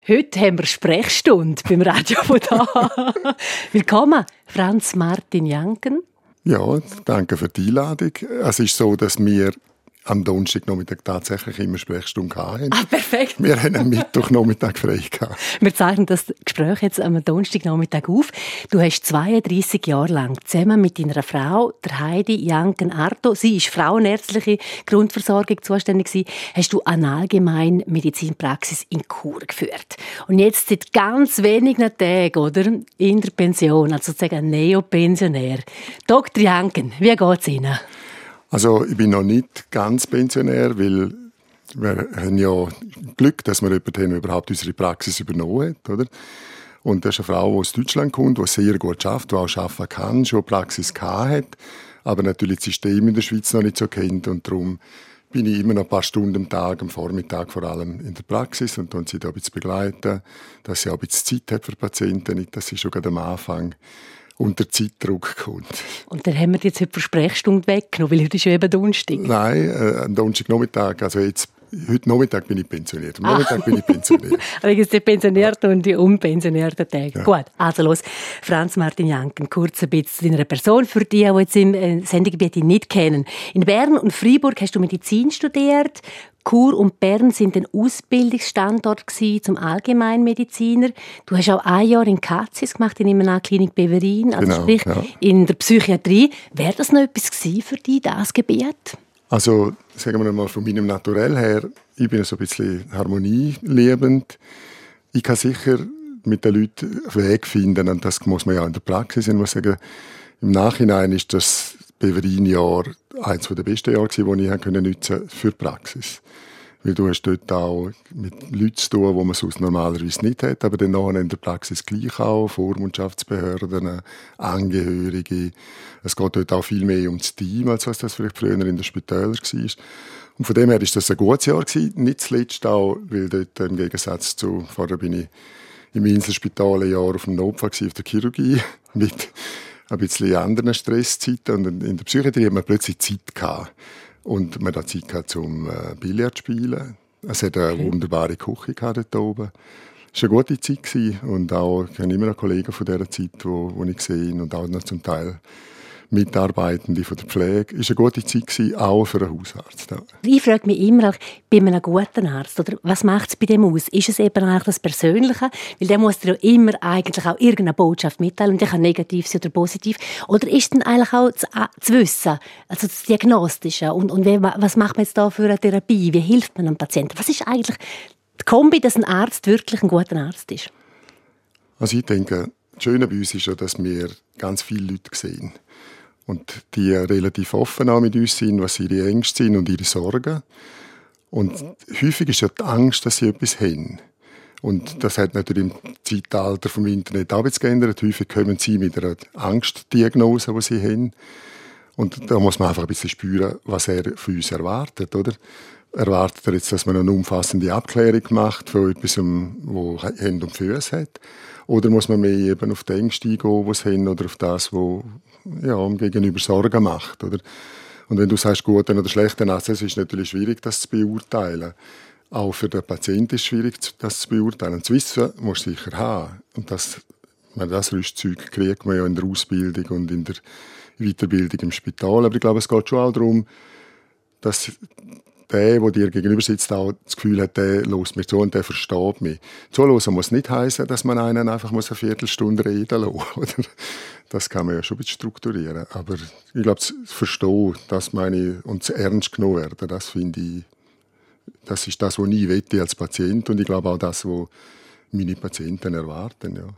Heute haben wir Sprechstunde beim Radio von da. Willkommen, Franz Martin Janken. Ja, danke für die Einladung. Es ist so, dass wir am Donnerstagnachmittag tatsächlich immer Sprechstunde hatten. Ah, perfekt. Wir haben am Mittwochnachmittag frei gehabt. Wir zeichnen das Gespräch jetzt am Donnerstagnachmittag auf. Du hast 32 Jahre lang zusammen mit deiner Frau, der Heidi Janken-Arto, sie ist frauenärztliche Grundversorgung zuständig, hast du eine allgemeine Medizinpraxis in Chur geführt. Und jetzt seit ganz wenigen Tagen, oder? In der Pension, also sozusagen Neopensionär. Dr. Janken, wie geht's Ihnen? Also ich bin noch nicht ganz Pensionär, weil wir haben ja Glück, dass wir jemanden haben, der überhaupt unsere Praxis übernommen hat. Oder? Und das ist eine Frau, die aus Deutschland kommt, die sehr gut arbeitet, die auch arbeiten kann, schon eine Praxis hat, aber natürlich das System in der Schweiz noch nicht so kennt. Und darum bin ich immer noch ein paar Stunden am Tag, am Vormittag vor allem in der Praxis und sie da ein bisschen begleiten, dass sie auch ein bisschen Zeit hat für Patienten, nicht, dass sie schon gerade am Anfang unter Zeitdruck kommt. Und dann haben wir jetzt heute die Sprechstunde weggenommen, weil heute ist ja eben Donnerstag. Nein, am Donnerstagnachmittag, also jetzt, heute Nachmittag bin ich pensioniert. Am Nachmittag bin ich pensioniert. Wegen die pensionierten und die unpensionierten Tage. Ja. Gut, also los. Franz Martin Janken, kurz ein bisschen zu deiner Person für die jetzt im Sendegebiet nicht kennen. In Bern und Freiburg hast du Medizin studiert. Chur und Bern sind ein Ausbildungsstandort zum Allgemeinmediziner. Du hast auch ein Jahr in Catius gemacht, in einer Klinik Beverin, also genau, sprich ja. In der Psychiatrie. Wäre das noch etwas gewesen für dich, das Gebiet? Also, sagen wir mal, von meinem Naturell her, ich bin so ein bisschen harmonieliebend. Ich kann sicher mit den Leuten einen Weg finden, und das muss man ja in der Praxis. Ich muss sagen, im Nachhinein ist das Beverin-Jahr eines der besten Jahre gewesen, die ich nutzen konnte für die Praxis. Weil du hast dort auch mit Leuten zu tun, die man sonst normalerweise nicht hat, aber dann nachher in der Praxis gleich auch, Vormundschaftsbehörden, Angehörige. Es geht dort auch viel mehr um das Team, als was das vielleicht früher in den Spitälern war. Und von dem her war das ein gutes Jahr gewesen. Nicht zuletzt auch, weil dort im Gegensatz zu, vorher bin ich im Inselspital ein Jahr auf dem Notfall auf der Chirurgie, mit ein bisschen anderen Stresszeiten. Und in der Psychiatrie hat man plötzlich Zeit gehabt. Und man hat Zeit gehabt zum Billard spielen. Es hat eine wunderbare Küche dort oben. Es war eine gute Zeit gewesen. Und auch, ich habe immer noch Kollegen von dieser Zeit, die ich gesehen und auch noch zum Teil Mitarbeitende von der Pflege. Es war eine gute Zeit gewesen, auch für einen Hausarzt. Ja. Ich frage mich immer, bei einem guten Arzt, oder was macht es bei dem aus? Ist es eben eigentlich das Persönliche? Weil der muss dir ja immer eigentlich auch irgendeine Botschaft mitteilen, und die kann negativ sein oder positiv. Oder ist es dann eigentlich auch das Wissen, also das Diagnostische? Und was macht man jetzt da für eine Therapie? Wie hilft man einem Patienten? Was ist eigentlich die Kombi, dass ein Arzt wirklich ein guter Arzt ist? Also ich denke, das Schöne bei uns ist ja, dass wir ganz viele Leute sehen. Und die relativ offen auch mit uns sind, was ihre Ängste sind und ihre Sorgen. Und häufig ist ja die Angst, dass sie etwas haben. Und das hat natürlich im Zeitalter vom Internet auch jetzt geändert. Häufig kommen sie mit einer Angstdiagnose, die sie haben. Und da muss man einfach ein bisschen spüren, was er von uns erwartet, oder? Erwartet er jetzt, dass man eine umfassende Abklärung macht von etwas, wo Hände und Füße hat? Oder muss man mehr eben auf die Ängste eingehen, die sie haben, oder auf das, was ja, gegenüber Sorgen macht, oder? Und wenn du sagst, guten oder schlechten Arzt, ist es natürlich schwierig, das zu beurteilen. Auch für den Patienten ist es schwierig, das zu beurteilen. Das Wissen musst du sicher haben. Und das Rüstzeug kriegt man ja in der Ausbildung und in der Weiterbildung im Spital. Aber ich glaube, es geht schon auch darum, dass der dir gegenüber sitzt, auch das Gefühl hat, der hört mir zu und der versteht mich. Zuhören muss nicht heissen, dass man einen einfach eine Viertelstunde reden lassen muss. Das kann man ja schon ein bisschen strukturieren. Aber ich glaube, das Verstehen, das meine ich, und das ernst genommen werden, das finde ich, das ist das, was ich wette als Patient, und ich glaube auch das, was meine Patienten erwarten. Ja.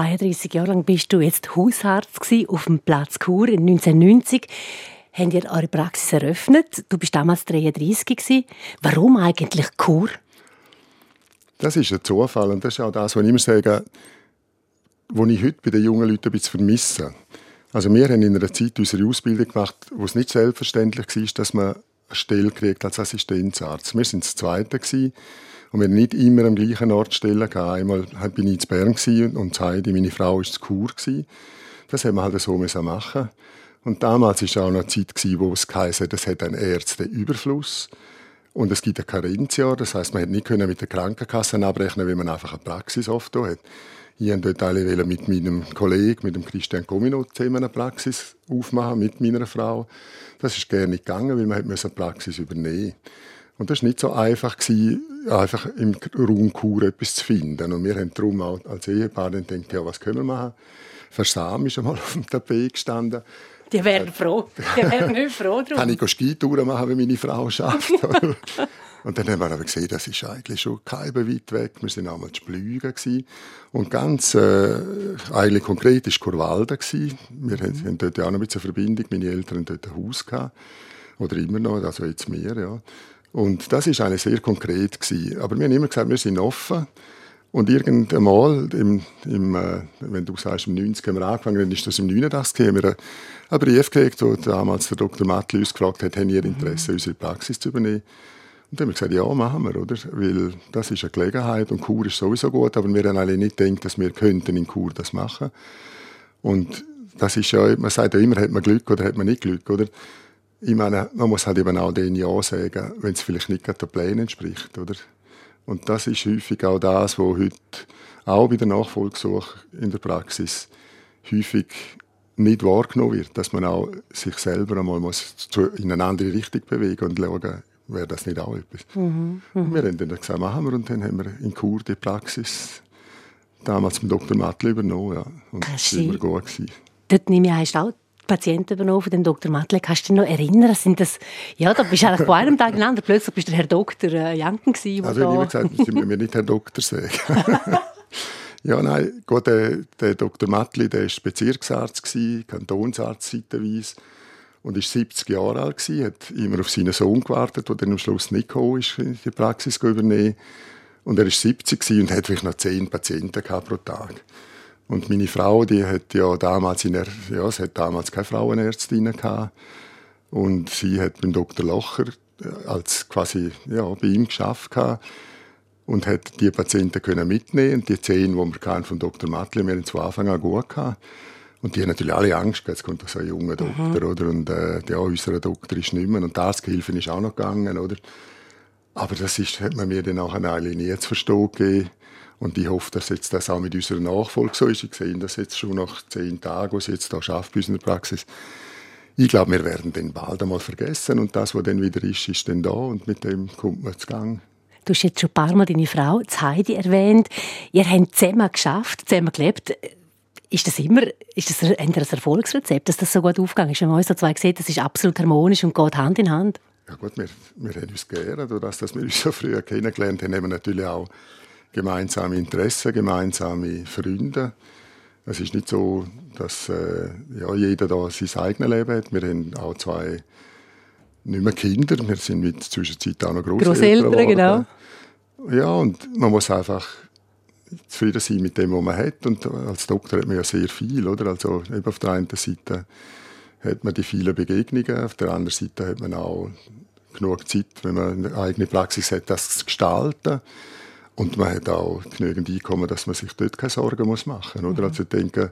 32 Jahre lang bist du jetzt Hausarzt auf dem Platz Chur in 1990. Habt ihr eure Praxis eröffnet? Du bist damals 33 gewesen. Warum eigentlich Chur? Das ist ein Zufall, und das ist auch das, was ich immer sage, was ich heute bei den jungen Leuten ein bisschen vermisse. Also wir haben in einer Zeit unsere Ausbildung gemacht, wo es nicht selbstverständlich war, dass man eine Stelle kriegt als Assistenzarzt. Wir waren das Zweite gewesen, und wir haben nicht immer am gleichen Ort Stellen gehabt. Einmal bin ich in Bern und Heidi, meine Frau, war in Chur. Das haben wir halt so machen. Und damals war auch noch eine Zeit, wo es geheißen hat, es hat einen Ärzteüberfluss. Und es gibt ein Karenzjahr, das heisst, man hätte nicht mit der Krankenkasse abrechnen, wenn man einfach eine Praxis oft hat. Ich wollte dort alle mit meinem Kollegen, mit dem Christian Comino, zusammen eine Praxis aufmachen, mit meiner Frau. Das ist gerne nicht gegangen, weil man eine Praxis übernehmen musste. Und das war nicht so einfach, einfach im Raum Chur etwas zu finden. Und wir haben darum auch als Ehepaar dann gedacht, ja, was können wir machen? Versam ist einmal auf dem Tapet gestanden. Die wären froh. Die wären nicht froh drum. Kann ich Skitouren machen, wenn meine Frau schafft. Und dann haben wir aber gesehen, das ist eigentlich schon kein weit weg. Wir waren einmal zu Splügen. Und ganz eigentlich konkret war Churwalden. Wir hatten dort auch noch ein bisschen Verbindung. Meine Eltern hatten dort ein Haus. Oder immer noch, also jetzt mehr, ja. Und das war eigentlich sehr konkret. Aber wir haben immer gesagt, wir sind offen. Und irgendwann mal, wenn du sagst, im 90 haben wir angefangen, dann ist das im 89, haben wir einen Brief gekriegt, wo damals der Dr. Mattli uns gefragt hat, haben ihr Interesse, unsere Praxis zu übernehmen? Und dann haben wir gesagt, ja, machen wir, oder? Weil das ist eine Gelegenheit und Chur ist sowieso gut, aber wir haben alle nicht gedacht, dass wir könnten in Chur das machen. Und das ist ja, man sagt ja immer, hat man Glück oder hat man nicht Glück, oder? Ich meine, man muss halt eben auch denen Ja sagen, wenn es vielleicht nicht gerade den Plänen entspricht, oder? Und das ist häufig auch das, was heute auch bei der Nachfolgesuche in der Praxis häufig nicht wahrgenommen wird, dass man auch sich selber einmal in eine andere Richtung bewegen und schauen, wäre das nicht auch etwas. Und wir haben dann gesagt, machen wir, und dann haben wir in Chur die Praxis damals mit Dr. Mattli übernommen. Ja. Und das war immer gut. Dort nehme ich, hast du auch Patienten übernommen von dem Dr. Mattli. Kannst du dich noch erinnern? Sind das, ja, da bist du eigentlich von einem Tag in den anderen. Plötzlich bist du der Herr Dr. Janken gewesen. Also ich habe immer gesagt, ich will mir nicht Herr Doktor sagen. Ja, nein, gut, der Dr. Mattli, der war Bezirksarzt, Kantonsarzt zeitweise, und war 70 Jahre alt, hat immer auf seinen Sohn gewartet, der dann am Schluss nicht gekommen ist, in die Praxis zu übernehmen. Und er war 70 und hat vielleicht noch 10 Patienten pro Tag. Und meine Frau, die hat ja damals es hat damals keine Frauenärztin gehabt. Und sie hat beim Dr. Locher als quasi, ja, bei ihm gearbeitet und hat die Patienten können mitnehmen. Und die 10, die wir von Dr. Mattli, wir haben von Anfang an gut gehabt. Und die haben natürlich alle Angst gehabt, jetzt kommt so ein junger Doktor, oder? Und ja, unser Doktor ist nicht mehr. Und die Arzthilfe ist auch noch gegangen, oder? Aber das hat man mir dann auch eine nie zu verstehen gegeben. Und ich hoffe, dass jetzt das auch mit unserer Nachfolge so ist. Ich sehe das jetzt schon nach 10 Tagen, wo sie jetzt hier arbeitet bei uns in der Praxis. Ich glaube, wir werden den bald einmal vergessen. Und das, was dann wieder ist, ist dann da. Und mit dem kommt man zu Gang. Du hast jetzt schon ein paar Mal deine Frau, Heidi, erwähnt. Ihr habt zusammen geschafft, zusammen gelebt. Ist das ein Erfolgsrezept, dass das so gut aufgegangen ist? Wenn man uns so zwei sieht, das ist absolut harmonisch und geht Hand in Hand. Ja gut, wir haben uns gerne. Dadurch, dass wir uns so früh kennengelernt haben, haben wir natürlich auch gemeinsame Interessen, gemeinsame Freunde. Es ist nicht so, dass jeder da sein eigenes Leben hat. Wir haben auch 2 nicht mehr Kinder. Wir sind mit Zwischenzeit auch noch Grosseltern geworden. Genau. Ja, und man muss einfach zufrieden sein mit dem, was man hat. Und als Doktor hat man ja sehr viel, oder? Also eben auf der einen Seite hat man die vielen Begegnungen, auf der anderen Seite hat man auch genug Zeit, wenn man eine eigene Praxis hat, das zu gestalten. Und man hat auch genügend Einkommen, dass man sich dort keine Sorgen machen muss. Oder? Also ich denke,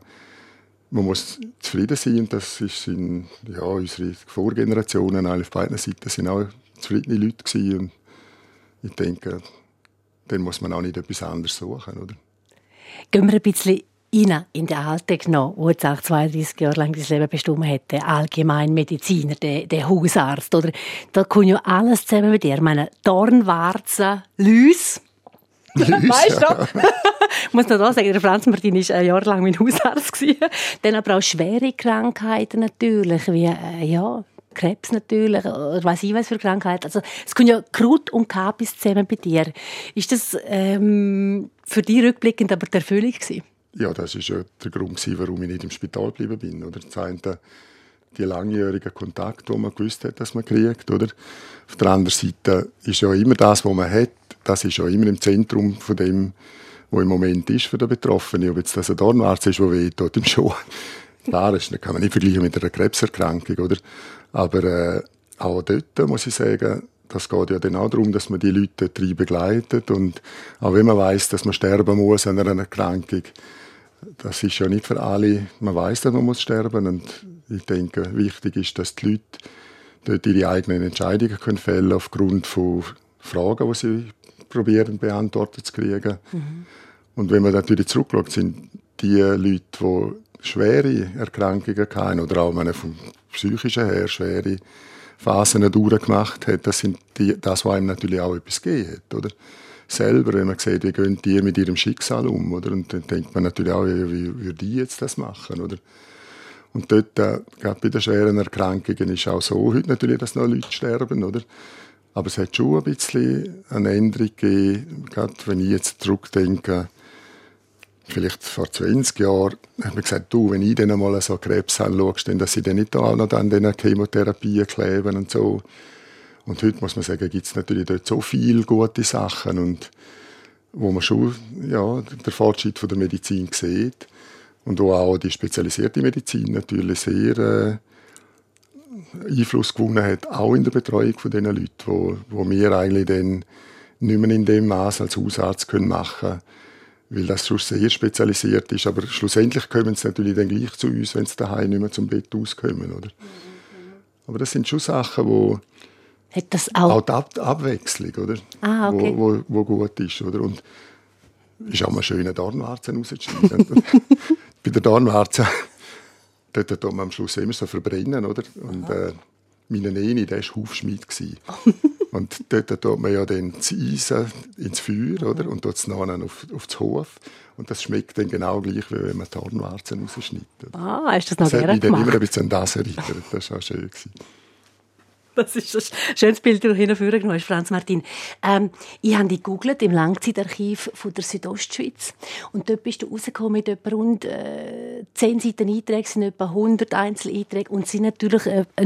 man muss zufrieden sein. Und das ist unsere Vorgenerationen auf beiden Seiten sind auch zufriedene Leute gewesen. Und ich denke, dann muss man auch nicht etwas anderes suchen. Oder? Gehen wir ein bisschen rein in den Alltag noch, wo jetzt auch 32 Jahre lang das Leben bestimmt hat, der Allgemeinmediziner, der Hausarzt. Oder? Da kommt ja alles zusammen mit dir. Ich meine, Dornwarzen, Läuse. Weißt du? Ich muss noch sagen, der Franz Martin war jahrelang mein Hausarzt. Dann aber auch schwere Krankheiten natürlich, wie Krebs natürlich, oder weiss ich was für Krankheiten. Also, es kommt ja Kraut und Kabis zusammen bei dir. Ist das für dich rückblickend aber die Erfüllung gewesen? Ja, das war ja der Grund, warum ich nicht im Spital geblieben bin. Oder? Das eine, die langjährigen Kontakte, die man gewusst hat, dass man kriegt. Oder? Auf der anderen Seite ist ja immer das, was man hat, das ist ja immer im Zentrum von dem, was im Moment ist für den Betroffenen. Ob jetzt das ein Dornarzt ist, der wehtut im Schuh. Klar, das kann man nicht vergleichen mit einer Krebserkrankung. Oder? Aber auch dort muss ich sagen, das geht ja dann auch darum, dass man die Leute drin begleitet. Und auch wenn man weiss, dass man sterben muss an einer Erkrankung, das ist ja nicht für alle. Man weiss, dass man muss sterben. Und ich denke, wichtig ist, dass die Leute dort ihre eigenen Entscheidungen fällen können aufgrund von Fragen, die sie probieren beantwortet zu kriegen. Und wenn man natürlich zurückschaut, sind die Leute, die schwere Erkrankungen hatten oder auch vom psychischen her schwere Phasen durchgemacht hat, das sind das, was einem natürlich auch etwas gegeben hat, oder? Selber, wenn man sieht, wie gehen die mit ihrem Schicksal um, oder? Und dann denkt man natürlich auch, wie würde die jetzt das machen, oder? Und dort, gerade bei den schweren Erkrankungen, ist auch so heute natürlich, dass noch Leute sterben, oder? Aber es hat schon ein bisschen eine Änderung gegeben, gerade wenn ich jetzt zurückdenke, vielleicht vor 20 Jahren hat man gesagt, du, wenn ich dann einmal so Krebs anschaust, dann, dass sie dann nicht auch noch an diesen Chemotherapien kleben und so. Und heute muss man sagen, gibt es natürlich dort so viele gute Sachen, und wo man schon den Fortschritt von der Medizin sieht und wo auch die spezialisierte Medizin natürlich sehr Einfluss gewonnen hat, auch in der Betreuung von diesen Leuten, wo wir eigentlich dann nicht mehr in dem Maß als Hausarzt machen können, weil das schon sehr spezialisiert ist. Aber schlussendlich kommen sie natürlich dann gleich zu uns, wenn sie daheim nicht mehr zum Bett auskommen, oder? Aber das sind schon Sachen, wo hat das auch die Abwechslung, oder? Okay. Wo gut ist, oder? Und ist auch mal schön, Dornwarzen rauszuschneiden. Bei der Dornwarze, dort tut man am Schluss immer so verbrennen, oder? Und meine Neni, der war Hufschmied. Und dort tut man ja dann das Eisen ins Feuer, oder? Und dort nachher auf den Hof. Und das schmeckt dann genau gleich, wie wenn man Dornwarzen rausschneidet. Hast du das noch gerne gemacht? Das hat mich dann immer ein bisschen an das erinnert. Das war auch schön. Das ist ein schönes Bild, das du hinführen genommen hast, Franz Martin. Ich habe dich gegoogelt im Langzeitarchiv von der Südostschweiz. Und dort bist du rausgekommen mit etwa rund 10 Seiten Einträge, sind etwa 100 Einzeleinträge. Und sind natürlich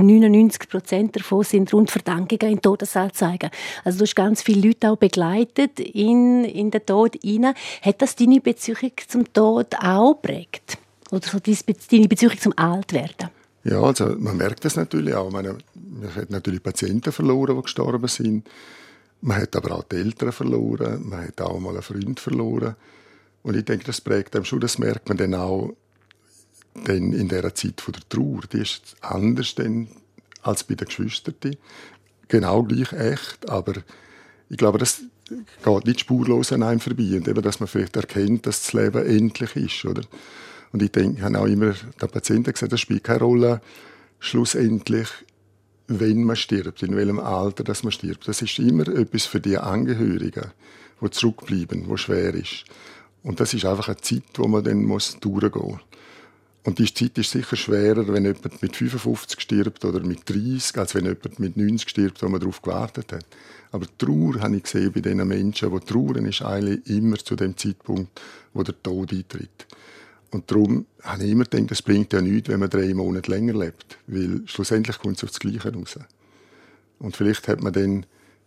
99% davon sind rund Verdankungen in Todesanzeigen. Also du hast ganz viele Leute auch begleitet in den Tod hinein. Hat das deine Beziehung zum Tod auch geprägt? Oder so deine Beziehung zum Altwerden? Ja, also man merkt das natürlich auch. Man hat natürlich Patienten verloren, die gestorben sind. Man hat aber auch die Eltern verloren. Man hat auch mal einen Freund verloren. Und ich denke, das prägt einem schon. Das merkt man dann auch dann in dieser Zeit von der Trauer. Die ist anders dann als bei den Geschwistern. Genau gleich echt, aber ich glaube, das geht nicht spurlos an einem vorbei. Und eben, dass man vielleicht erkennt, dass das Leben endlich ist, oder? Und ich denke, ich habe auch immer den Patienten gesagt, das spielt keine Rolle, schlussendlich, wenn man stirbt, in welchem Alter dass man stirbt. Das ist immer etwas für die Angehörigen, die zurückbleiben, die schwer ist. Und das ist einfach eine Zeit, wo man dann durchgehen muss. Und diese Zeit ist sicher schwerer, wenn jemand mit 55 stirbt oder mit 30, als wenn jemand mit 90 stirbt, wo man darauf gewartet hat. Aber die Trauer habe ich gesehen bei diesen Menschen, die trauern, ist eigentlich immer zu dem Zeitpunkt, wo der Tod eintritt. Und darum habe ich immer gedacht, es bringt ja nichts, wenn man 3 Monate länger lebt. Weil schlussendlich kommt es auf das Gleiche raus. Und vielleicht hat man dann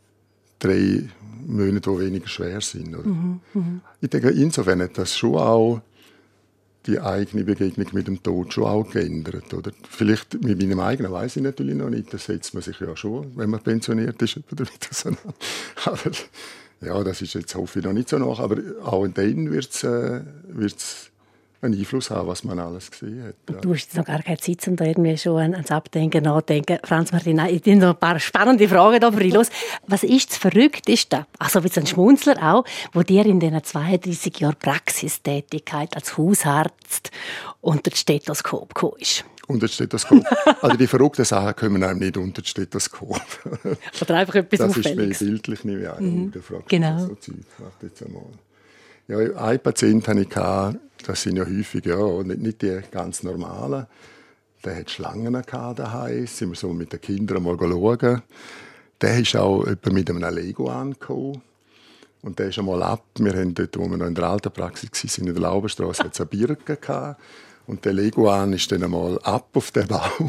3 Monate, die weniger schwer sind. Oder? Ich denke, insofern hat das schon auch die eigene Begegnung mit dem Tod schon auch geändert. Oder? Vielleicht mit meinem eigenen weiss ich natürlich noch nicht. Das setzt man sich ja schon, wenn man pensioniert ist. Aber ja, das ist jetzt, hoffe ich, noch nicht so nach. Aber auch dann wird es einen Einfluss haben, was man alles gesehen hat. Ja. Du hast jetzt noch gar keine Zeit, um da irgendwie schon ans Abdenken nachdenken. Franz Martin, ich habe noch ein paar spannende Fragen da für dich los. Was ist das Verrückteste, also wie ein Schmunzler auch, wo dir in diesen 32 Jahren Praxistätigkeit als Hausarzt unter das Stethoskop gekommen ist? Unter das Stethoskop? Also die verrückten Sachen kommen einem nicht unter das Stethoskop. Oder einfach etwas das Auffälliges. Das ist mehr bildlich, nicht wie ein. Genau. So Zeug. Jetzt einmal. Ja, einen Patienten hatte ich, das sind ja häufig nicht die ganz normalen. Der hat Schlangen daheim, sind wir so mit den Kindern mal schauen. Der ist auch jemand mit einem Lego angekommen. Und der ist einmal ab. Wir haben dort, wo wir noch in der alten Praxis waren, in der Lauberstrasse, hat es eine Birke gehabt. Und der Leguan ist dann einmal ab auf den Baum.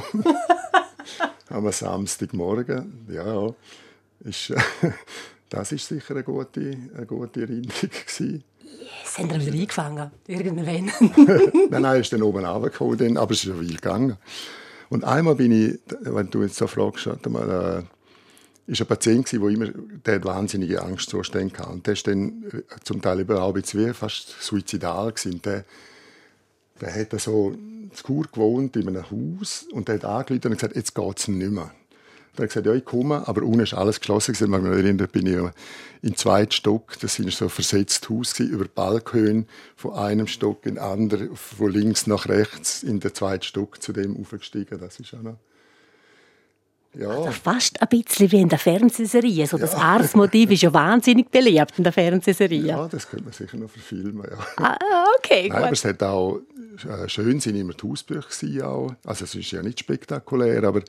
Am Samstagmorgen. Ja, das war sicher eine gute Erinnerung gewesen. Yes, haben wir wieder eingefangen? Irgendwann? Nein, er ist dann oben runtergekommen, aber es ist ja viel gegangen. Und einmal bin ich, wenn du jetzt so fragst, ist ein Patient gewesen, der hat wahnsinnige Angstzustände hatte. Und der ist dann zum Teil auch ein bisschen fast suizidal gewesen. Der hat so in Chur gewohnt, in einem Haus, und der hat angerufen und gesagt, jetzt geht es nicht mehr. Er hat gesagt, ja, ich komme, aber unten ist alles geschlossen. Ich mag mich erinnern, da bin ich im zweiten Stock, das war so ein versetztes Haus, über Balkone von einem Stock in den anderen, von links nach rechts in den zweiten Stock zu dem aufgestiegen. Das ist auch noch... Ja. Also fast ein bisschen wie in der Fernsehserie. So das Arsmotiv ist ja wahnsinnig beliebt in der Fernsehserie. Ja, das könnte man sicher noch verfilmen. Ja. Okay, gut. Nein, aber es hat auch schön sind immer die Hausbücher auch. Also es ist ja nicht spektakulär, aber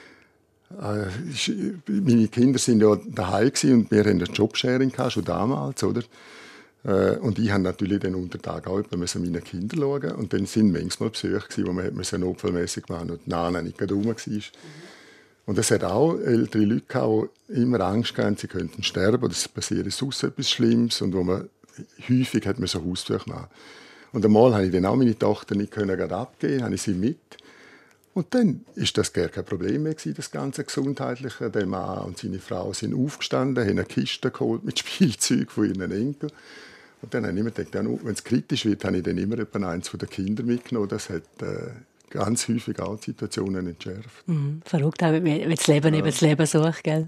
meine Kinder sind ja daheim und wir hatten ein Jobsharing gehabt, schon damals, oder? Und ich habe natürlich den Untertag auch meinen Kindern schauen. Und dann sind manchmal Besuche gewesen, wo man notfallmäßig machen und die Nana nicht gerade rum war. Und es hat auch ältere Leute gehabt, die immer Angst hatten, sie könnten sterben oder es passiert sonst etwas Schlimmes. Und wo man häufig hat man so Hausbesuche machen. Und einmal habe ich dann auch meine Tochter nicht abgeben, habe ich sie mit. Und dann ist das gar kein Problem mehr gewesen, das ganze Gesundheitliche. Der Mann und seine Frau sind aufgestanden, haben eine Kiste geholt mit Spielzeug von ihren Enkeln. Und dann habe ich immer gedacht, ja, wenn es kritisch wird, habe ich dann immer eins von den Kindern mitgenommen. Das hat ganz häufig auch die Situationen entschärft. Verrückt, wenn das Leben eben das Leben sucht, gell?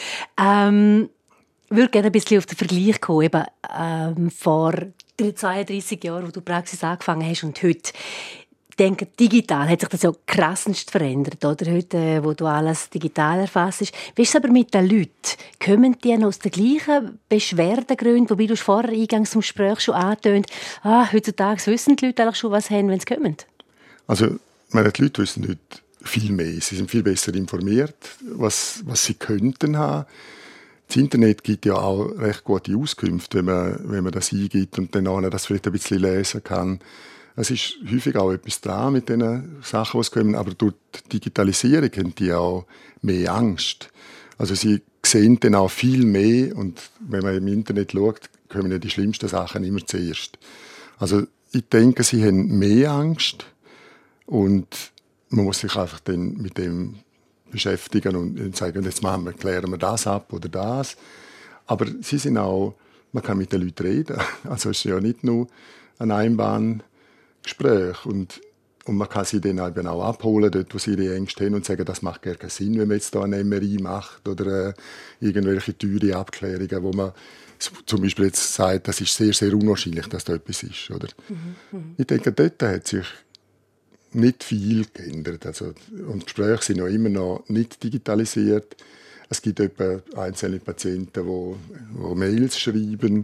Ich würde gerne ein bisschen auf den Vergleich kommen. Eben, vor 32 Jahren, wo du Praxis angefangen hast und heute. Ich denke, digital hat sich das ja krassest verändert, oder? Heute, wo du alles digital erfasst. Wie ist es aber mit den Leuten? Kommen die noch aus den gleichen Beschwerdegründen, wobei du vorher eingangs zum Gespräch schon angetönt, heutzutage wissen die Leute eigentlich schon, was sie haben, wenn sie kommen? Also, die Leute wissen heute viel mehr. Sie sind viel besser informiert, was sie könnten haben. Das Internet gibt ja auch recht gute Auskünfte, wenn man das eingibt und dann das vielleicht ein bisschen lesen kann. Es ist häufig auch etwas dran mit den Sachen, die kommen, aber durch die Digitalisierung haben die auch mehr Angst. Also sie sehen dann auch viel mehr und wenn man im Internet schaut, kommen ja die schlimmsten Sachen immer zuerst. Also ich denke, sie haben mehr Angst und man muss sich einfach dann mit dem beschäftigen und sagen, jetzt klären wir das ab oder das. Aber sie sind auch, man kann mit den Leuten reden. Also es ist ja nicht nur ein Einbahngespräch. Und man kann sie dann eben auch abholen, dort, wo sie ihre Ängste haben und sagen, das macht gar keinen Sinn, wenn man jetzt da eine MRI macht oder irgendwelche teure Abklärungen, wo man zum Beispiel jetzt sagt, das ist sehr, sehr unwahrscheinlich, dass da etwas ist. Oder? Ich denke, dort hat sich nicht viel geändert. Also, und die Gespräche sind noch immer noch nicht digitalisiert. Es gibt etwa einzelne Patienten, die Mails schreiben,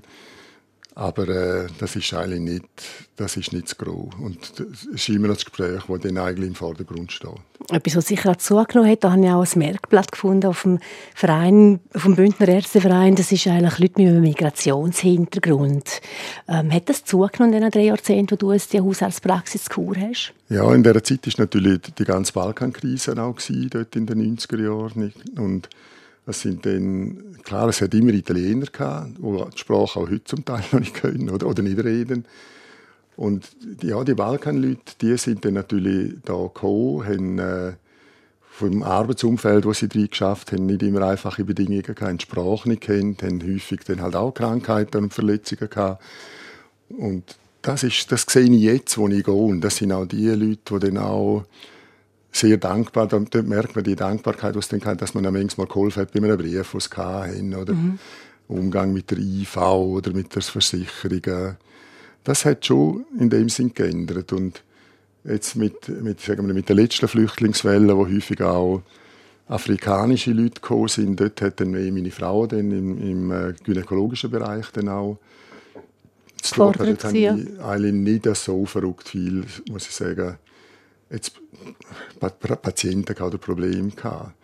aber das ist eigentlich nicht das groß. Und es ist immer noch das Gespräch, das dann eigentlich im Vordergrund steht. Etwas, was sicher auch zugenommen hat, da habe ich auch ein Merkblatt gefunden auf dem Verein, auf dem Bündner Ärzteverein, das ist eigentlich Leute mit einem Migrationshintergrund. Hat das zugenommen in den 3 Jahrzehnten, wo du jetzt die Hausarztpraxis Kur hast? Ja, in dieser Zeit war natürlich die ganze Balkankrise auch dort in den 90er Jahren. Und es sind dann, klar, es hat immer Italiener gehabt, die die Sprache auch heute zum Teil noch nicht können oder nicht reden. Und die Balkanleute, die sind dann natürlich da gekommen, haben vom Arbeitsumfeld, wo sie drin geschafft haben, nicht immer einfache Bedingungen gehabt, haben die Sprache nicht kennt, haben häufig dann halt auch Krankheiten und Verletzungen gehabt. Und das sehe ich jetzt, wo ich gehe. Und das sind auch die Leute, die dann auch sehr dankbar, dort merkt man die Dankbarkeit, was dann kann, dass man manchmal geholfen hat bei einem Brief, den sie hatten, oder Umgang mit der IV oder mit der Versicherung. Das hat schon in dem Sinn geändert. Und jetzt mit der letzten Flüchtlingswelle, wo häufig auch afrikanische Leute gekommen sind, dort hat dann meine Frau dann im gynäkologischen Bereich dann auch zu tun. Dort habe ich eigentlich nicht so verrückt viel, muss ich sagen, jetzt Patienten oder Probleme gehabt.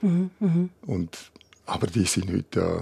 Aber die sind heute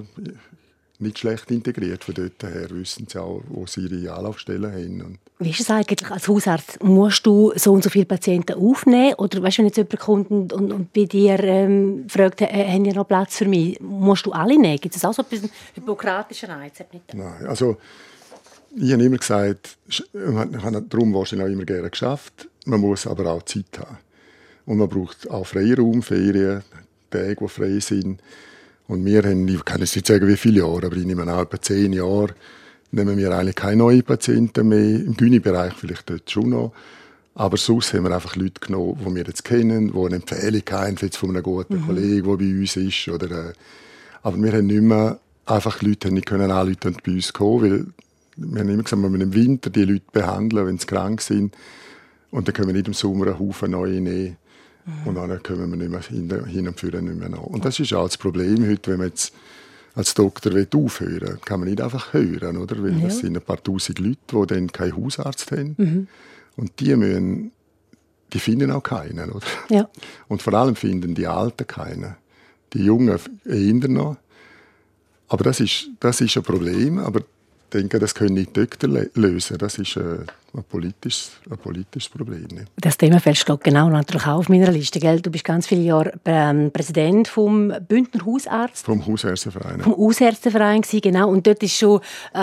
nicht schlecht integriert. Von dort her wissen sie auch, wo sie ihre Anlaufstellen haben. Und wie ist es eigentlich als Hausarzt? Musst du so und so viele Patienten aufnehmen? Oder weißt du, wenn jetzt jemand kommt und bei dir fragt, haben Sie noch Platz für mich? Musst du alle nehmen? Gibt es auch so ein bisschen hypokratischen Reiz? Nein, also ich habe immer gesagt, man hat darum wahrscheinlich auch immer gerne geschafft. Man muss aber auch Zeit haben. Und man braucht auch Freiraum, Ferien, Tage, die frei sind. Und wir haben, ich kann jetzt nicht sagen, wie viele Jahre, aber ich nehme an, etwa 10 Jahre nehmen wir eigentlich keine neuen Patienten mehr. Im Gyni-Bereich vielleicht dort schon noch. Aber sonst haben wir einfach Leute genommen, die wir jetzt kennen, die eine Empfehlung haben von einem guten Kollegen, der bei uns ist. Aber wir haben nicht mehr einfach Leute nicht können anrufen und bei uns kommen, weil wir haben immer gesagt, wir müssen im Winter die Leute behandeln, wenn sie krank sind. Und dann können wir nicht im Sommer einen Haufen neue nehmen. Und dann kommen wir nicht mehr hin und führen nicht mehr nach. Und das ist auch das Problem heute, wenn man jetzt als Doktor aufhören will, kann man nicht einfach hören, oder? Weil das sind ein paar tausend Leute, die dann keinen Hausarzt haben. Und die finden auch keinen, oder? Ja. Und vor allem finden die Alten keinen. Die Jungen eher noch. Aber das ist ein Problem. Aber ich denke, das können nicht die Doktor lösen. Das ist ein politisches Problem. Ne? Das Themenfeld steht genau natürlich auch auf meiner Liste. Gell? Du bist ganz viele Jahre Präsident vom Bündner Hausarzt. Vom Hausärzteverein. Vom Hausärzteverein, genau. Und dort ist schon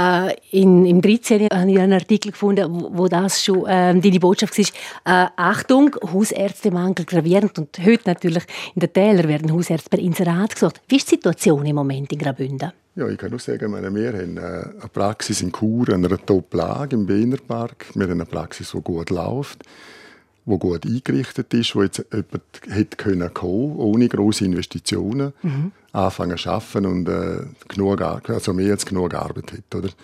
im 13. habe ich einen Artikel gefunden, wo das schon deine Botschaft war. Achtung, Hausärztemangel gravierend. Und heute natürlich in den Tälern werden Hausärzte per Inserat gesucht. Wie ist die Situation im Moment in Graubünden? Ja, ich kann nur sagen, wir haben eine Praxis in Chur, an einer Top-Lage im Wienerpark. Wir haben eine Praxis, die gut läuft, die gut eingerichtet ist, wo jetzt jemand hätte kommen können, ohne grosse Investitionen, anfangen zu arbeiten und mehr als genug Arbeit hat. Oder?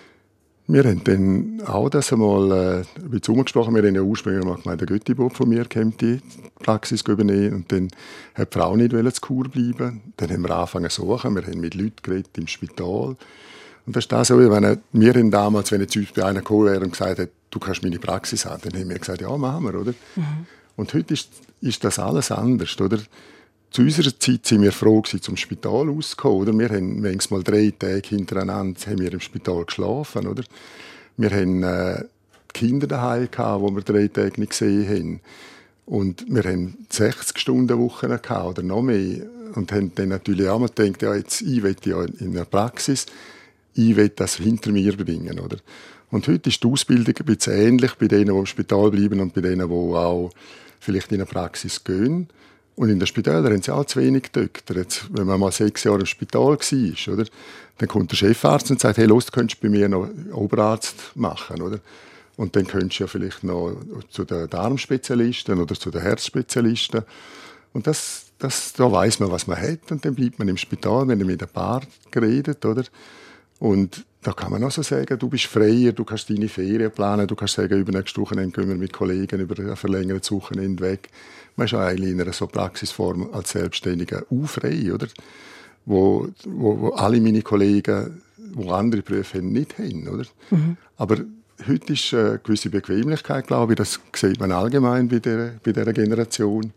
Wir haben dann auch das einmal ein bisschen umgesprochen. Wir haben ja ursprünglich mal gemeint, der Götti-Bob von mir käme die Praxis übernehmen. Und dann hat die Frau nicht zu Chur bleiben. Dann haben wir angefangen zu suchen. Wir haben mit Leuten geredet im Spital. Und das ist das so, wir haben damals, wenn jetzt uns bei einer gekommen wäre und gesagt hat, du kannst meine Praxis haben, dann haben wir gesagt, ja, machen wir, oder? Und heute ist das alles anders, oder? Zu unserer Zeit sind wir froh gewesen, zum Spital auszukommen, oder? Wir haben manchmal 3 Tage hintereinander haben wir im Spital geschlafen, oder? Wir haben Kinder daheim gehabt, die wir 3 Tage nicht gesehen haben. Und wir haben 60-Stunden-Wochen gehabt, oder noch mehr. Und haben dann natürlich auch mal gedacht, ja, jetzt, ich will ja in der Praxis, ich will das hinter mir bringen, oder? Und heute ist die Ausbildung ein bisschen ähnlich bei denen, die im Spital bleiben und bei denen, die auch vielleicht in eine Praxis gehen. Und in den Spitälern haben sie auch zu wenig Doktor. Jetzt, wenn man mal 6 Jahre im Spital war, oder, dann kommt der Chefarzt und sagt, hey, los, könntest du bei mir noch Oberarzt machen, oder? Und dann könntest du ja vielleicht noch zu den Darmspezialisten oder zu den Herzspezialisten. Und da weiss man, was man hat. Und dann bleibt man im Spital, wenn er mit ein Paar geredet, oder? Und da kann man auch so sagen, du bist freier, du kannst deine Ferien planen, du kannst sagen, übernächstes Wochenende gehen wir mit Kollegen über ein verlängertes Wochenende weg. Man ist eigentlich in einer so Praxisform als Selbstständiger auch frei, oder? Wo alle meine Kollegen, die andere Berufe haben, nicht haben, oder? Aber heute ist eine gewisse Bequemlichkeit, glaube ich, das sieht man allgemein bei dieser Generation.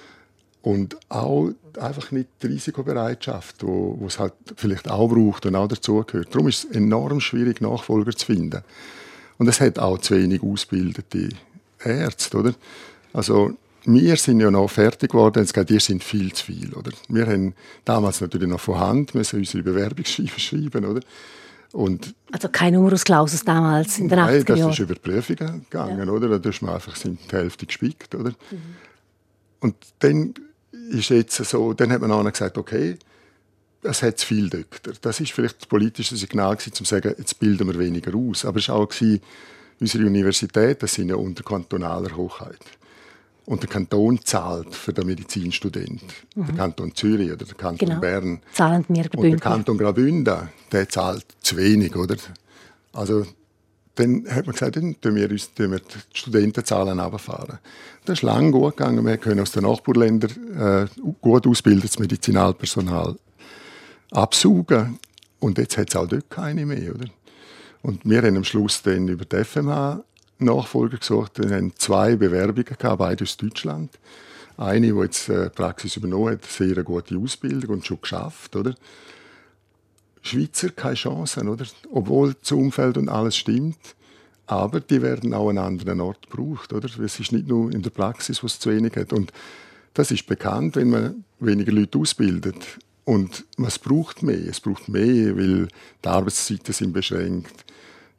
Und auch einfach nicht die Risikobereitschaft, die es halt vielleicht auch braucht und auch dazugehört. Darum ist es enorm schwierig, Nachfolger zu finden. Und es hat auch zu wenig ausgebildete Ärzte, oder? Also, wir sind ja noch fertig geworden, jetzt gesagt, ihr sind viel zu viel, oder? Wir haben damals natürlich noch von Hand unsere Bewerbungsschreiben schreiben, oder? Und also kein Numerus Clausus damals in den 80er Jahren? Nein, das ist über die Prüfungen gegangen, oder? Da ist man einfach die Hälfte gespickt, oder? Und dann ist jetzt so, dann hat man auch gesagt, okay, es hat zu viele Doktor. Das ist vielleicht das politische Signal gewesen, um zu sagen, jetzt bilden wir weniger aus. Aber es war auch unsere Universität, das sind ja unter kantonaler Hochheit. Und der Kanton zahlt für den Medizinstudent. Der Kanton Zürich oder der Kanton Bern. Zahlen wir Graubünden. Und der Kanton Graubünden, der zahlt zu wenig, oder? Also, dann hat man gesagt, dann tun wir die Studentenzahlen runterfahren. Das ist lange gut gegangen. Wir können aus den Nachbarländern gut ausgebildetes Medizinalpersonal absaugen. Und jetzt hat es auch dort keine mehr, oder? Und wir haben am Schluss dann über die FMH Nachfolger gesucht. Wir haben 2 Bewerbungen gehabt, beide aus Deutschland. Eine, die jetzt die Praxis übernommen hat, sehr eine gute Ausbildung und schon geschafft, oder? Schweizer keine Chancen, oder? Obwohl das Umfeld und alles stimmt. Aber die werden auch an einem anderen Ort gebraucht, oder? Es ist nicht nur in der Praxis, wo es zu wenig hat. Und das ist bekannt, wenn man weniger Leute ausbildet. Und es braucht mehr. Es braucht mehr, weil die Arbeitszeiten sind beschränkt.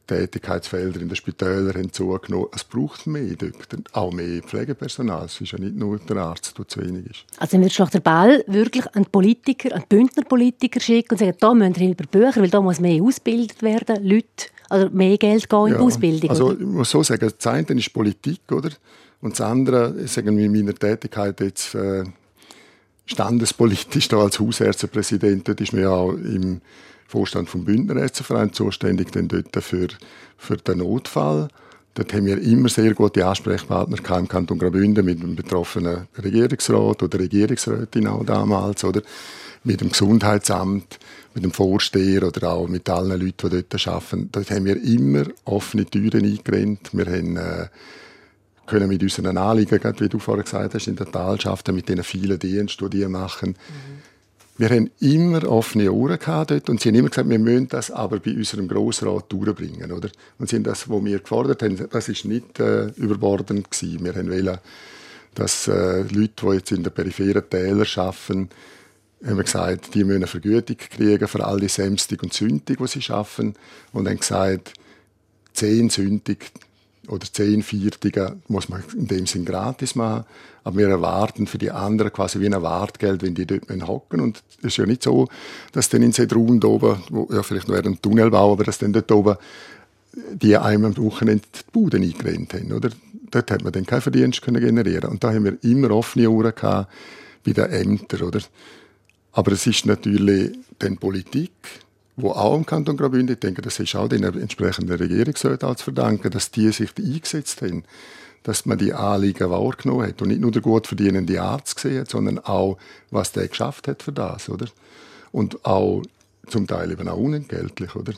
Tätigkeitsfelder in den Spitälern haben zugenommen. Es braucht mehr dort, auch mehr Pflegepersonal. Es ist ja nicht nur der Arzt, der zu wenig ist. Also dann würdest du nach der Ball wirklich an Bündner Politiker schicken und sagen, da müssen wir über Bücher, weil da muss mehr ausgebildet werden, Leute, also mehr Geld gehen in die Ausbildung. Also oder? ich muss so sagen, das eine ist Politik, oder? Und das andere, sagen wir in meiner Tätigkeit jetzt standespolitisch da als Hausärztepräsident, dort ist mir auch im Vorstand vom Bündner Ärzteverein zuständig, dann dort für den Notfall. Dort haben wir immer sehr gute Ansprechpartner im Kanton Graubünden mit dem betroffenen Regierungsrat oder Regierungsrätin auch damals, oder mit dem Gesundheitsamt, mit dem Vorsteher oder auch mit allen Leuten, die dort arbeiten. Dort haben wir immer offene Türen eingerannt. Wir haben können mit unseren Anliegen, wie du vorher gesagt hast, in der Talschaft, mit diesen vielen Diensten, die machen. Wir haben immer offene Ohren gehabt dort und sie haben immer gesagt, wir müssen das aber bei unserem Grossrat durchbringen, oder? Und sie haben das, was wir gefordert haben, das ist nicht überbordend gewesen. Wir wollen, dass Leute, die jetzt in den peripheren Tälern arbeiten, haben wir gesagt, die müssen eine Vergütung kriegen für all die Samstig und Sündig, die sie arbeiten. Und haben gesagt, 10 Sündig oder 10 Viertige muss man in dem Sinn gratis machen. Aber wir erwarten für die anderen quasi wie ein Wartgeld, wenn die dort hocken. Und es ist ja nicht so, dass dann in Sedrun oben, wo ja vielleicht noch ein Tunnelbau, aber dass dann dort oben die einmal am Wochenende die Buden eingerennt haben. Oder? Dort hat man dann keinen Verdienst generieren. Und da haben wir immer offene Ohren gehabt bei den Ämtern. Oder? Aber es ist natürlich dann Politik, wo auch im Kanton Graubünden, ich denke, das ist auch den entsprechenden Regierungsräten zu verdanken, dass die sich eingesetzt haben, dass man die Anliegen wahrgenommen hat und nicht nur der gut verdienende Arzt gesehen hat, sondern auch, was der geschafft hat für das, oder? Und auch zum Teil eben auch unentgeltlich, oder?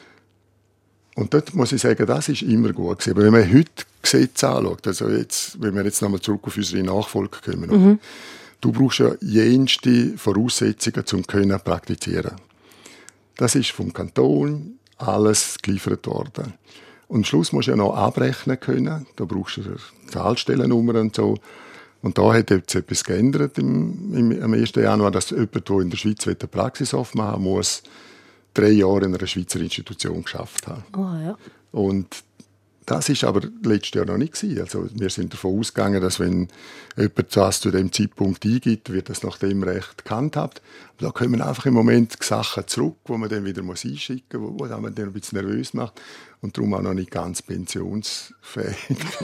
Und dort muss ich sagen, das ist immer gut gewesen. Aber wenn man heute Gesetze anschaut, also jetzt, wenn wir jetzt nochmal zurück auf unsere Nachfolge kommen, du brauchst ja jenste Voraussetzungen, um zu praktizieren. Das ist vom Kanton alles geliefert worden. Und am Schluss musst du ja noch abrechnen können. Da brauchst du Zahlstellennummer und so. Und da hat jetzt etwas geändert am 1. Januar, dass jemand, der in der Schweiz eine Praxis aufmachen muss, 3 Jahre in einer Schweizer Institution geschafft haben. Oh, ja. Und das ist aber letztes Jahr noch nicht gewesen. Also wir sind davon ausgegangen, dass wenn jemand das zu dem Zeitpunkt eingibt, wird das nach dem Recht gehandhabt. Aber da kommen einfach im Moment Sachen zurück, die man dann wieder einschicken muss, wo man dann ein bisschen nervös macht und darum auch noch nicht ganz pensionsfähig.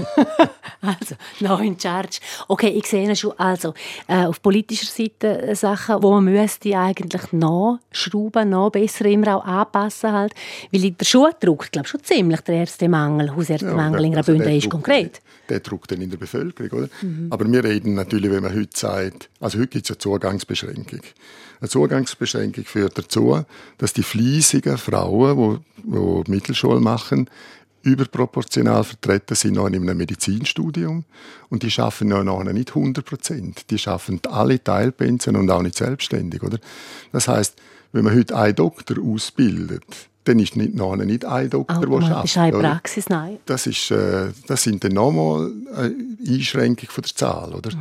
Also, noch in charge. Okay, ich sehe schon, also auf politischer Seite Sachen, wo man müsste eigentlich nachschrauben, noch besser immer auch anpassen halt. Weil der Schuhdruck, glaube schon ziemlich der Ärztemangel, Hausärztemangel in Graubünden ist konkret. Der Druck dann in der Bevölkerung, oder? Aber wir reden natürlich, wenn man heute sagt, also heute gibt es eine Zugangsbeschränkung. Eine Zugangsbeschränkung führt dazu, dass die fleissigen Frauen, die Mittelschule machen, überproportional vertreten sind noch in einem Medizinstudium und die schaffen noch nicht 100%. Die schaffen alle Teilpensen und auch nicht selbstständig, oder? Das heißt, wenn man heute einen Doktor ausbildet, dann ist nicht ein Doktor, der arbeitet. Das ist eine Praxis, nein. Das sind dann nochmal eine Einschränkung von der Zahl, oder?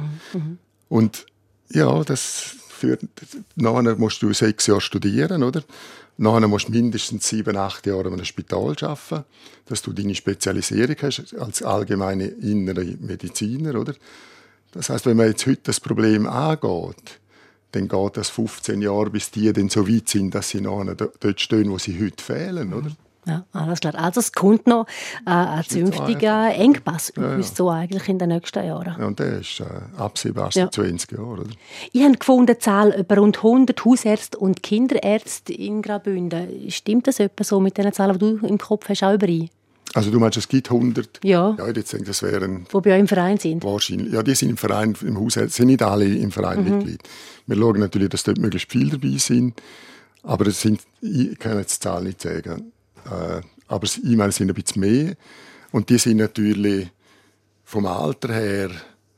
Und ja, das führt, nachher musst du 6 Jahre studieren, oder? Nachher musst du mindestens 7-8 Jahre in einem Spital arbeiten, dass du deine Spezialisierung hast als allgemeine innere Mediziner, oder? Das heißt, wenn man jetzt heute das Problem angeht, dann geht das 15 Jahre, bis die dann so weit sind, dass sie nachher dort stehen, wo sie heute fehlen, oder? Ja, alles klar. Also es kommt noch ein zünftiger Engpass auf uns so eigentlich in den nächsten Jahren. Ja, und der ist absehbar seit 20 Jahren. Oder? Ich habe gefunden, die Zahl über rund 100 Hausärzte und Kinderärzte in Graubünden. Stimmt das etwa so mit den Zahlen, die du im Kopf hast, auch überein? Also du meinst, es gibt 100? Ja. Ja, jetzt denke, das wären... Die bei euch im Verein sind? Wahrscheinlich. Ja, die sind im Verein, im Hausärzte, sind nicht alle im Verein Mitglied. Wir schauen natürlich, dass dort möglichst viele dabei sind. Aber es sind, ich kann jetzt die Zahl nicht sagen. Aber ich meine, es sind ein bisschen mehr. Und die sind natürlich vom Alter her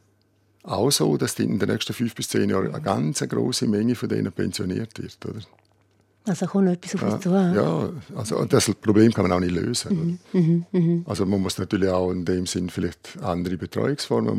auch so, dass in den nächsten 5 bis 10 Jahren eine ganz grosse Menge von denen pensioniert wird. Oder? Also kommt noch etwas auf uns zu. Ja, also das Problem kann man auch nicht lösen. Also man muss natürlich auch in dem Sinn vielleicht andere Betreuungsformen,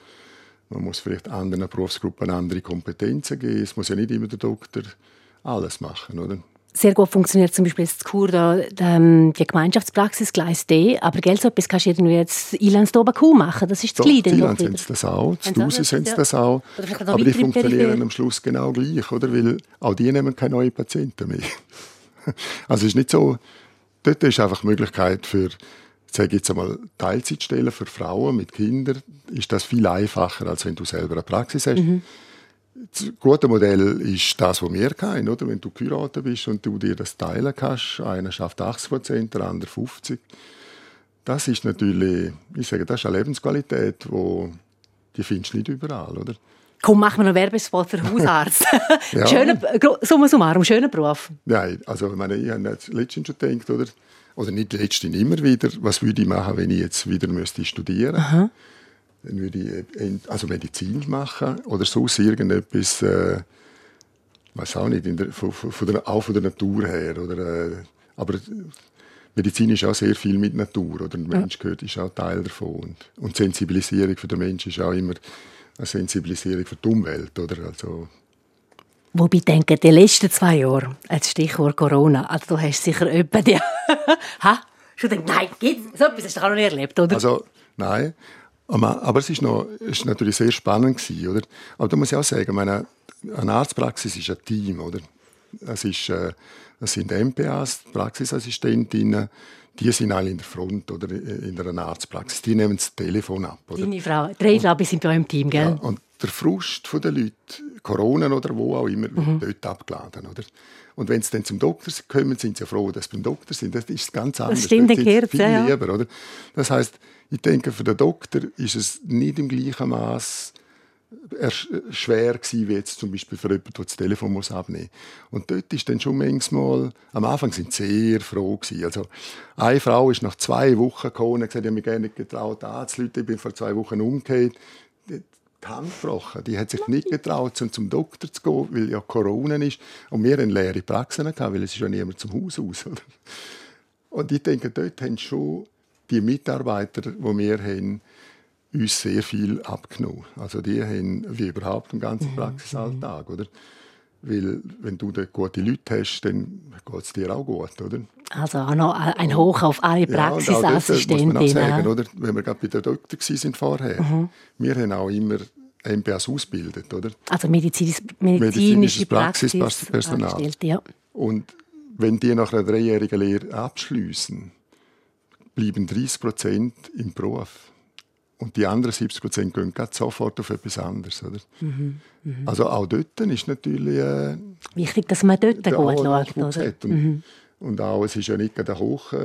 man muss vielleicht anderen Berufsgruppen andere Kompetenzen geben. Es muss ja nicht immer der Doktor alles machen, oder? Sehr gut funktioniert zum Beispiel jetzt Chur, die Gemeinschaftspraxis Gleis D. Aber gell, so etwas kannst du irgendwie jetzt Ilanz-Doba machen. Das ist das Gleiche. In Ilanz haben sie das auch, in Thusis haben sie das auch. Aber die funktionieren am Schluss genau gleich, oder? Weil auch die nehmen keine neuen Patienten mehr. Also es ist nicht so, dort ist einfach die Möglichkeit für, ich sage jetzt einmal, Teilzeitstellen für Frauen mit Kindern, ist das viel einfacher, als wenn du selber eine Praxis hast. Das gute Modell ist das, was wir kennen, oder? Wenn du geheiratet bist und du dir das teilen kannst, einer schafft 80%, der andere 50%. Das ist natürlich, ich sage, das ist eine Lebensqualität, die findest du nicht überall, oder? Komm, machen wir noch Werbespot für Hausarzt. Ja. Summa summarum, schöner Beruf. Nein, also ich habe letztens schon gedacht, oder nicht letztens, immer wieder, was würde ich machen, wenn ich jetzt wieder studieren müsste. Aha. Dann würde ich also Medizin machen oder sonst irgendetwas, weiß auch nicht, auch von der Natur her. Aber Medizin ist auch sehr viel mit Natur. Oder der Mensch ist auch Teil davon. Und die Sensibilisierung für den Menschen ist auch immer eine Sensibilisierung für die Umwelt. Oder? Also Wobei ich denke, die letzten 2 Jahre, als Stichwort Corona, also du hast sicher jemanden, die... Ha? Schon denkt, nein, so etwas hast du auch noch nie erlebt, oder? Also, nein. Aber es ist natürlich sehr spannend gewesen, oder? Aber da muss ich auch sagen, eine Arztpraxis ist ein Team, oder? Es sind MPAs, Praxisassistentinnen, die sind alle in der Front oder in einer Arztpraxis. Die nehmen das Telefon ab, oder? Deine Frau, 3 glaube ich, sind bei euch im Team, gell? Ja, und der Frust der Leute, Corona oder wo auch immer, wird dort abgeladen, oder? Und wenn sie dann zum Doktor kommen, sind sie ja froh, dass sie beim Doktor sind. Das ist ganz anders. Das stimmt, viel ja. lieber, oder? Das heisst, ich denke, für den Doktor ist es nicht im gleichen Maß schwer gewesen, wie jetzt zum Beispiel für jemanden, der das Telefon abnehmen muss. Und dort ist dann schon manchmal, am Anfang sind sie sehr froh gewesen. Also, eine Frau ist nach 2 Wochen gekommen und hat gesagt, ich habe mich gerne nicht getraut anzurufen, ich bin vor 2 Wochen umgekehrt. Die Hand gebrochen. Die hat sich nicht getraut, zum Doktor zu gehen, weil ja Corona ist. Und wir hatten leere Praxen gehabt, weil es ist ja niemand zum Haus aus. Oder? Und ich denke, dort haben schon die Mitarbeiter, die wir haben, uns sehr viel abgenommen. Also die haben wie überhaupt im ganzen Praxisalltag, oder? Weil wenn du dort gute Leute hast, dann geht es dir auch gut, oder? Also auch noch ein Hoch auf alle Praxisassistentinnen. Ja, muss man auch sagen, oder? Wenn wir gerade bei der Doktor waren vorher, wir haben auch immer MPAs ausgebildet, oder? Also medizinische Praxispersonal. Ja. Und wenn die nach einer 3-jährigen Lehre abschließen, bleiben 30% im Beruf. Und die anderen 70% gehen sofort auf etwas anderes. Oder? Also auch dort ist natürlich... wichtig, dass man dort gut schaut. Oder? Und auch, es ist ja nicht ein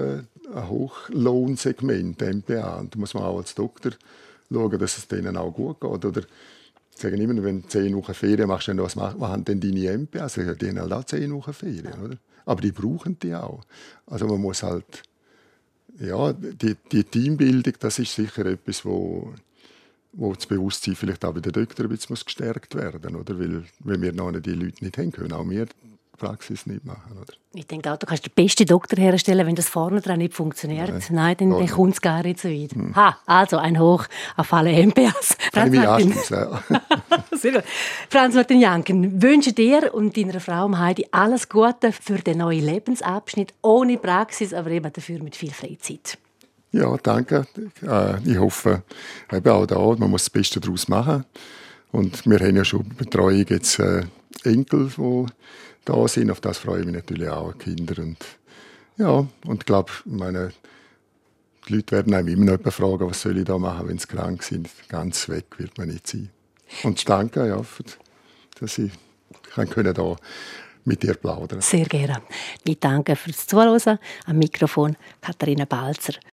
Hochlohnsegment, MPA. Und da muss man auch als Doktor schauen, dass es denen auch gut geht. Oder ich sage immer, wenn du 10 Wochen Ferien machst, was haben denn deine MPA? Also, die haben halt auch 10 Wochen Ferien. Oder? Aber die brauchen die auch. Also man muss halt... Ja, die Teambildung, das ist sicher etwas, wo das Bewusstsein vielleicht auch bei den Doktoren ein bisschen gestärkt werden, oder? Weil wir noch die Leute nicht haben können, auch wir die Praxis nicht machen, oder? Ich denke auch, du kannst den besten Doktor herstellen, wenn das vorne dran nicht funktioniert. Nein, dann kommt es gar nicht so weit. Ha, also ein Hoch auf alle MPAs. Kann ich mich anschließen, ja. Sehr gut. Franz-Martin Janken, wünsche dir und deiner Frau Heidi alles Gute für den neuen Lebensabschnitt, ohne Praxis, aber eben dafür mit viel Freizeit. Ja, danke. Ich hoffe, eben auch da, man muss das Beste daraus machen. Und wir haben ja schon Betreuung jetzt Enkel, die da sind. Auf das freue ich mich natürlich auch, Kinder. Und ja, und ich glaube, die Leute werden einem immer noch fragen, was soll ich da machen, wenn sie krank sind. Ganz weg wird man nicht sein. Und danke, ja, dass ich da mit dir plaudern. Sehr gerne. Ich danke fürs Zuhören. Am Mikrofon Katharina Balzer.